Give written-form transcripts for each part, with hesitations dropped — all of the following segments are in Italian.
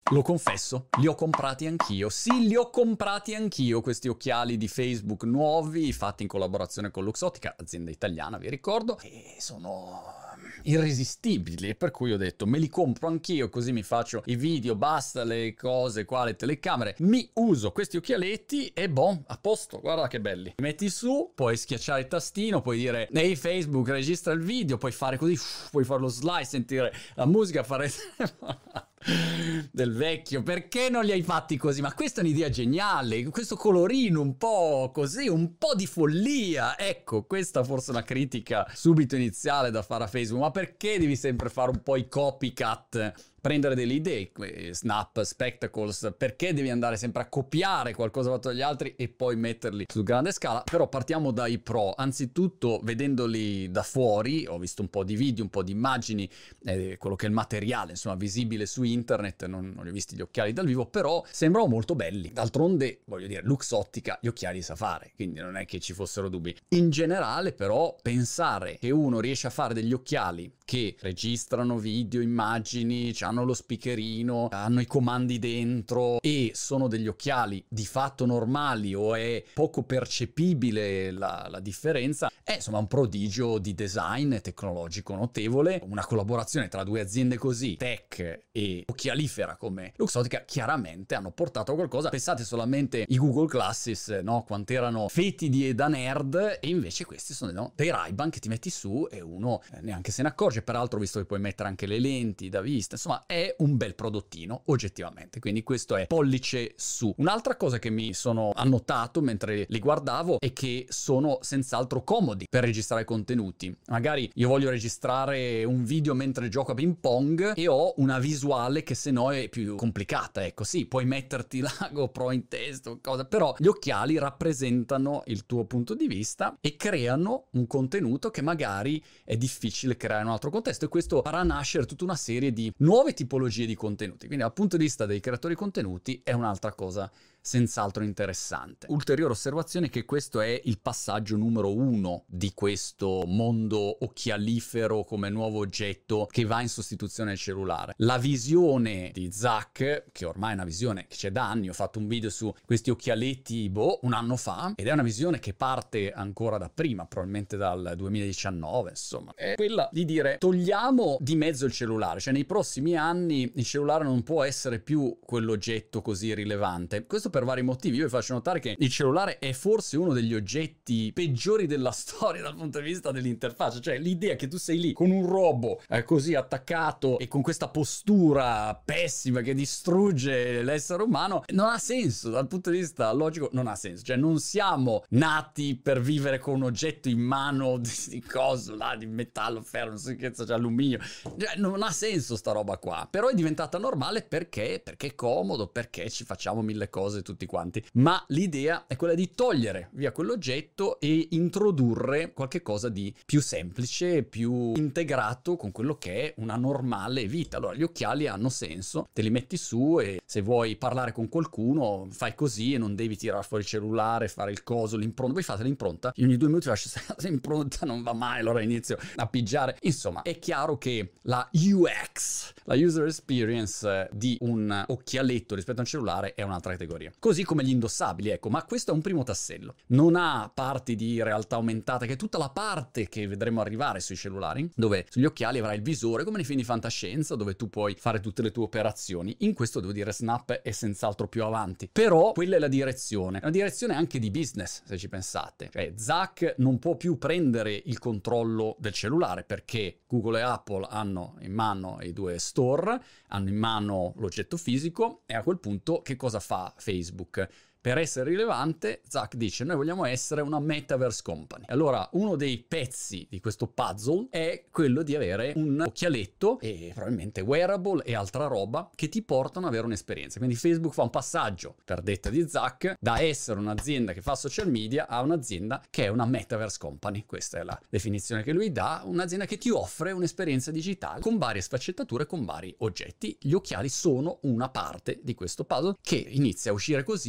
Lo confesso, li ho comprati anch'io. Sì, li ho comprati anch'io questi occhiali di Facebook nuovi, fatti in collaborazione con Luxottica, azienda italiana, vi ricordo, e sono irresistibili, per cui ho detto me li compro anch'io, così mi faccio i video, basta le cose qua, le telecamere, mi uso questi occhialetti e boh, a posto, guarda che belli. Li metti su, puoi schiacciare il tastino, puoi dire ehi Facebook registra il video, puoi fare così, puoi fare lo slide, sentire la musica, fare del vecchio. Perché non li hai fatti così? Ma questa è un'idea geniale, questo colorino un po' così, un po' di follia. Ecco, questa forse è una critica subito iniziale da fare a Facebook. Ma perché devi sempre fare un po' i copycat? Prendere delle idee, Snap, Spectacles, perché devi andare sempre a copiare qualcosa fatto dagli altri e poi metterli su grande scala? Però partiamo dai pro. Anzitutto, vedendoli da fuori, ho visto un po' di video, un po' di immagini, quello che è il materiale, insomma, visibile su internet, non li ho visti gli occhiali dal vivo, però sembrano molto belli. D'altronde, voglio dire, Luxottica gli occhiali sa fare, quindi non è che ci fossero dubbi. In generale, però, pensare che uno riesce a fare degli occhiali che registrano video, immagini, hanno lo speakerino, hanno i comandi dentro e sono degli occhiali di fatto normali o è poco percepibile la differenza, è insomma un prodigio di design tecnologico notevole. Una collaborazione tra due aziende così, tech e occhialifera come Luxottica, chiaramente hanno portato a qualcosa. Pensate solamente i Google Glasses, no? Quanto erano fetidi e da nerd, e invece questi sono dei Ray-Ban che ti metti su e uno neanche se ne accorge. Peraltro, visto che puoi mettere anche le lenti da vista, insomma è un bel prodottino oggettivamente, quindi questo è pollice su. Un'altra cosa che mi sono annotato mentre li guardavo è che sono senz'altro comodi per registrare contenuti. Magari io voglio registrare un video mentre gioco a ping pong e ho una visuale che se no è più complicata, ecco. Sì, puoi metterti la GoPro in testa o cosa, però gli occhiali rappresentano il tuo punto di vista e creano un contenuto che magari è difficile creare in un altro contesto, e questo farà nascere tutta una serie di nuove tipologie di contenuti. Quindi dal punto di vista dei creatori contenuti è un'altra cosa senz'altro interessante. Ulteriore osservazione è che questo è il passaggio numero 1 di questo mondo occhialifero come nuovo oggetto che va in sostituzione del cellulare. La visione di Zach, che ormai è una visione che c'è da anni, ho fatto un video su questi occhialetti un anno fa, ed è una visione che parte ancora da prima, probabilmente dal 2019, insomma, è quella di dire togliamo di mezzo il cellulare, cioè nei prossimi anni il cellulare non può essere più quell'oggetto così rilevante. Questo per vari motivi. Io vi faccio notare che il cellulare è forse uno degli oggetti peggiori della storia dal punto di vista dell'interfaccia, cioè l'idea che tu sei lì con un robo così attaccato e con questa postura pessima che distrugge l'essere umano non ha senso, dal punto di vista logico non ha senso. Cioè non siamo nati per vivere con un oggetto in mano di coso là, di metallo, ferro, non so che c'è, alluminio, cioè, non ha senso sta roba qua. Però è diventata normale perché è comodo, perché ci facciamo mille cose tutti quanti, ma l'idea è quella di togliere via quell'oggetto e introdurre qualche cosa di più semplice, più integrato con quello che è una normale vita. Allora gli occhiali hanno senso, te li metti su e se vuoi parlare con qualcuno fai così e non devi tirare fuori il cellulare, fare il coso, l'impronta. Voi fate l'impronta, io ogni 2 minuti faccio l'impronta, non va mai, allora inizio a pigiare. Insomma, è chiaro che la UX, la user experience di un occhialetto rispetto a un cellulare è un'altra categoria. Così come gli indossabili, ecco, ma questo è un primo tassello. Non ha parti di realtà aumentata, che è tutta la parte che vedremo arrivare sui cellulari, dove sugli occhiali avrai il visore, come nei film di fantascienza, dove tu puoi fare tutte le tue operazioni. In questo devo dire Snap è senz'altro più avanti. Però quella è la direzione. È una direzione anche di business, se ci pensate. Cioè, Zach non può più prendere il controllo del cellulare perché Google e Apple hanno in mano i due store, hanno in mano l'oggetto fisico, e a quel punto che cosa fa Facebook? Per essere rilevante, Zach dice: noi vogliamo essere una metaverse company. Allora, uno dei pezzi di questo puzzle è quello di avere un occhialetto e probabilmente wearable e altra roba che ti portano ad avere un'esperienza. Quindi Facebook fa un passaggio, per detta di Zach, da essere un'azienda che fa social media a un'azienda che è una metaverse company. Questa è la definizione che lui dà, un'azienda che ti offre un'esperienza digitale con varie sfaccettature, con vari oggetti. Gli occhiali sono una parte di questo puzzle che inizia a uscire così e poi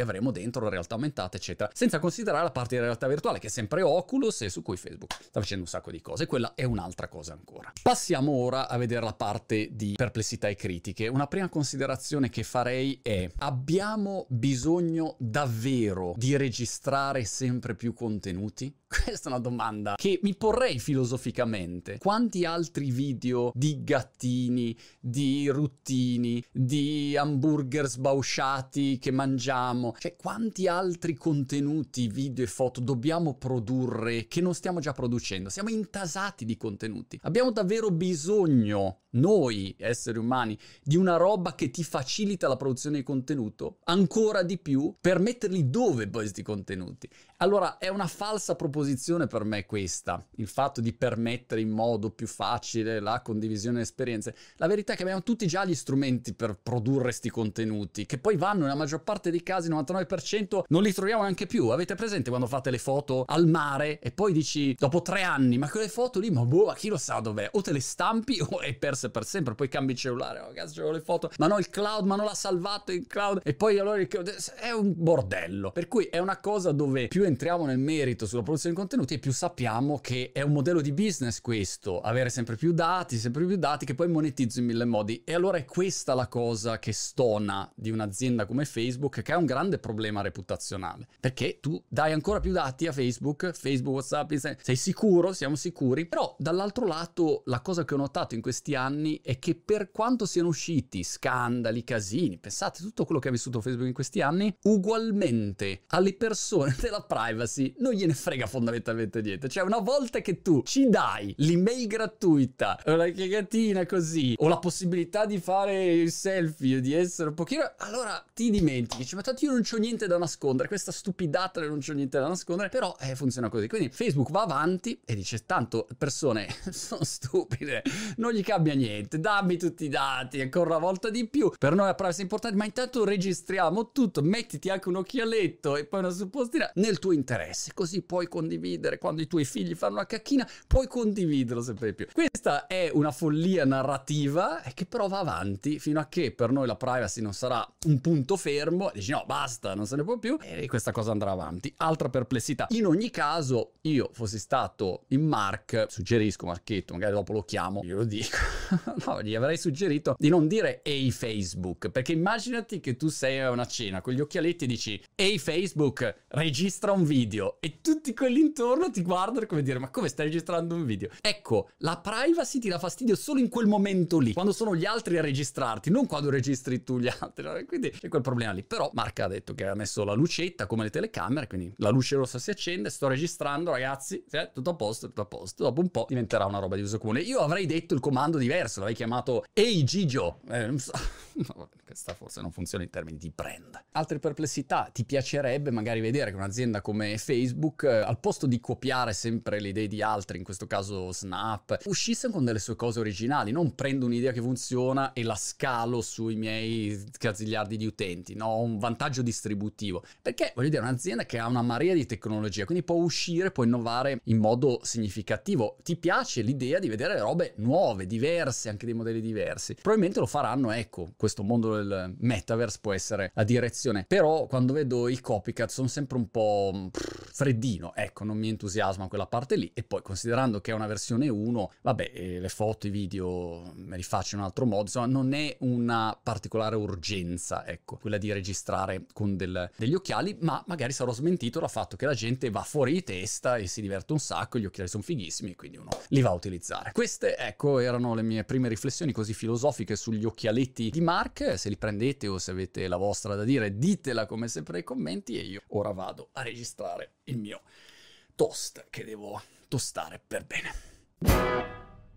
avremo dentro la realtà aumentata, eccetera, senza considerare la parte di realtà virtuale che è sempre Oculus e su cui Facebook sta facendo un sacco di cose. Quella è un'altra cosa ancora. Passiamo ora a vedere la parte di perplessità e critiche. Una prima considerazione che farei è: abbiamo bisogno davvero di registrare sempre più contenuti? Questa è una domanda che mi porrei filosoficamente. Quanti altri video di gattini, di ruttini, di hamburger sbausciati che mangiamo, cioè quanti altri contenuti, video e foto dobbiamo produrre che non stiamo già producendo? Siamo intasati di contenuti. Abbiamo davvero bisogno, noi esseri umani, di una roba che ti facilita la produzione di contenuto ancora di più per metterli dove poi questi contenuti. Allora è una falsa proposizione per me questa, il fatto di permettere in modo più facile la condivisione di esperienze. La verità è che abbiamo tutti già gli strumenti per produrre sti contenuti, che poi vanno nella maggior parte dei casi, 99%, non li troviamo neanche più. Avete presente quando fate le foto al mare e poi dici dopo 3 anni, ma quelle foto lì, ma boh, ma chi lo sa dov'è? O te le stampi o è perse per sempre, poi cambi il cellulare, oh cazzo c'avevo le foto, ma no il cloud, ma non l'ha salvato il cloud, e poi allora è un bordello. Per cui è una cosa dove più entriamo nel merito sulla produzione di contenuti e più sappiamo che è un modello di business questo, avere sempre più dati che poi monetizzo in 1000 modi. E allora è questa la cosa che stona di un'azienda come Facebook, che ha un grande problema reputazionale, perché tu dai ancora più dati a Facebook, WhatsApp, sei sicuro, siamo sicuri. Però dall'altro lato la cosa che ho notato in questi anni è che per quanto siano usciti scandali, casini, pensate tutto quello che ha vissuto Facebook in questi anni, ugualmente alle persone della privacy non gliene frega fondamentalmente niente. Cioè una volta che tu ci dai l'email gratuita o la chiagatina così o la possibilità di fare il selfie, di essere un pochino, allora ti dimentichi, cioè, ma tanto io non c'ho niente da nascondere, questa stupidata non c'ho niente da nascondere, però funziona così. Quindi Facebook va avanti e dice tanto persone sono stupide, non gli cambia niente, dammi tutti i dati ancora una volta di più, per noi la privacy è importante, ma intanto registriamo tutto, mettiti anche un occhialetto e poi una suppostina nel tuo interesse, così puoi condividere quando i tuoi figli fanno una cacchina, puoi condividerlo sempre di più. Questa è una follia narrativa che però va avanti fino a che per noi la privacy non sarà un punto fermo e dici no basta, non se ne può più, e questa cosa andrà avanti. Altra perplessità: in ogni caso io fossi stato in Mark, suggerisco Marchetto, magari dopo lo chiamo, io lo dico no, gli avrei suggerito di non dire ehi Facebook, perché immaginati che tu sei a una cena con gli occhialetti e dici ehi Facebook registra un video e tutti quelli intorno ti guardano come dire ma come stai registrando un video? Ecco, la privacy ti dà fastidio solo in quel momento lì, quando sono gli altri a registrarti, non quando registri tu gli altri, no? Quindi è quel problema lì. Però Mark ha detto che ha messo la lucetta come le telecamere, quindi la luce rossa si accende, sto registrando ragazzi, tutto a posto, tutto a posto. Dopo un po' diventerà una roba di uso comune. Io avrei detto il comando diverso, l'avrei chiamato ehi Gigio, non so. No, questa forse non funziona in termini di brand. Altre perplessità: ti piacerebbe magari vedere che un'azienda come Facebook, al posto di copiare sempre le idee di altri, in questo caso Snap, uscisse con delle sue cose originali, non prendo un'idea che funziona e la scalo sui miei cazigliardi di utenti, no, un vantaggio distributivo, perché voglio dire, un'azienda che ha una marea di tecnologia, quindi può uscire, può innovare in modo significativo. Ti piace l'idea di vedere robe nuove, diverse, anche dei modelli diversi, probabilmente lo faranno. Ecco, questo mondo del metaverse può essere la direzione, però quando vedo i copycat sono sempre un po' freddino, ecco, non mi entusiasma quella parte lì. E poi considerando che è una versione 1, vabbè, le foto, i video me li faccio in un altro modo, insomma non è una particolare urgenza, ecco, quella di registrare con degli occhiali, ma magari sarò smentito dal fatto che la gente va fuori di testa e si diverte un sacco, gli occhiali sono fighissimi e quindi uno li va a utilizzare. Queste, ecco, erano le mie prime riflessioni così filosofiche sugli occhialetti di Mark. Se li prendete o se avete la vostra da dire, ditela come sempre nei commenti, e io ora vado a registrare il mio toast che devo tostare per bene.